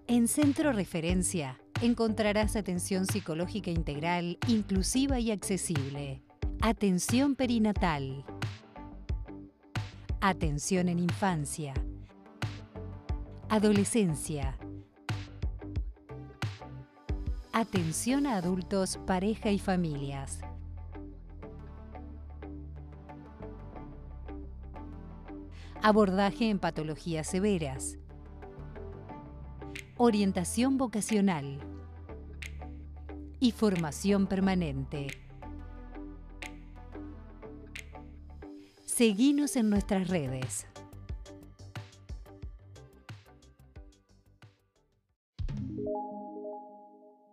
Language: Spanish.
En Centro Referencia encontrarás atención psicológica integral, inclusiva y accesible. Atención perinatal. Atención en infancia. Adolescencia. Atención a adultos, pareja y familias. Abordaje en patologías severas. Orientación vocacional. Y formación permanente. Seguinos en nuestras redes.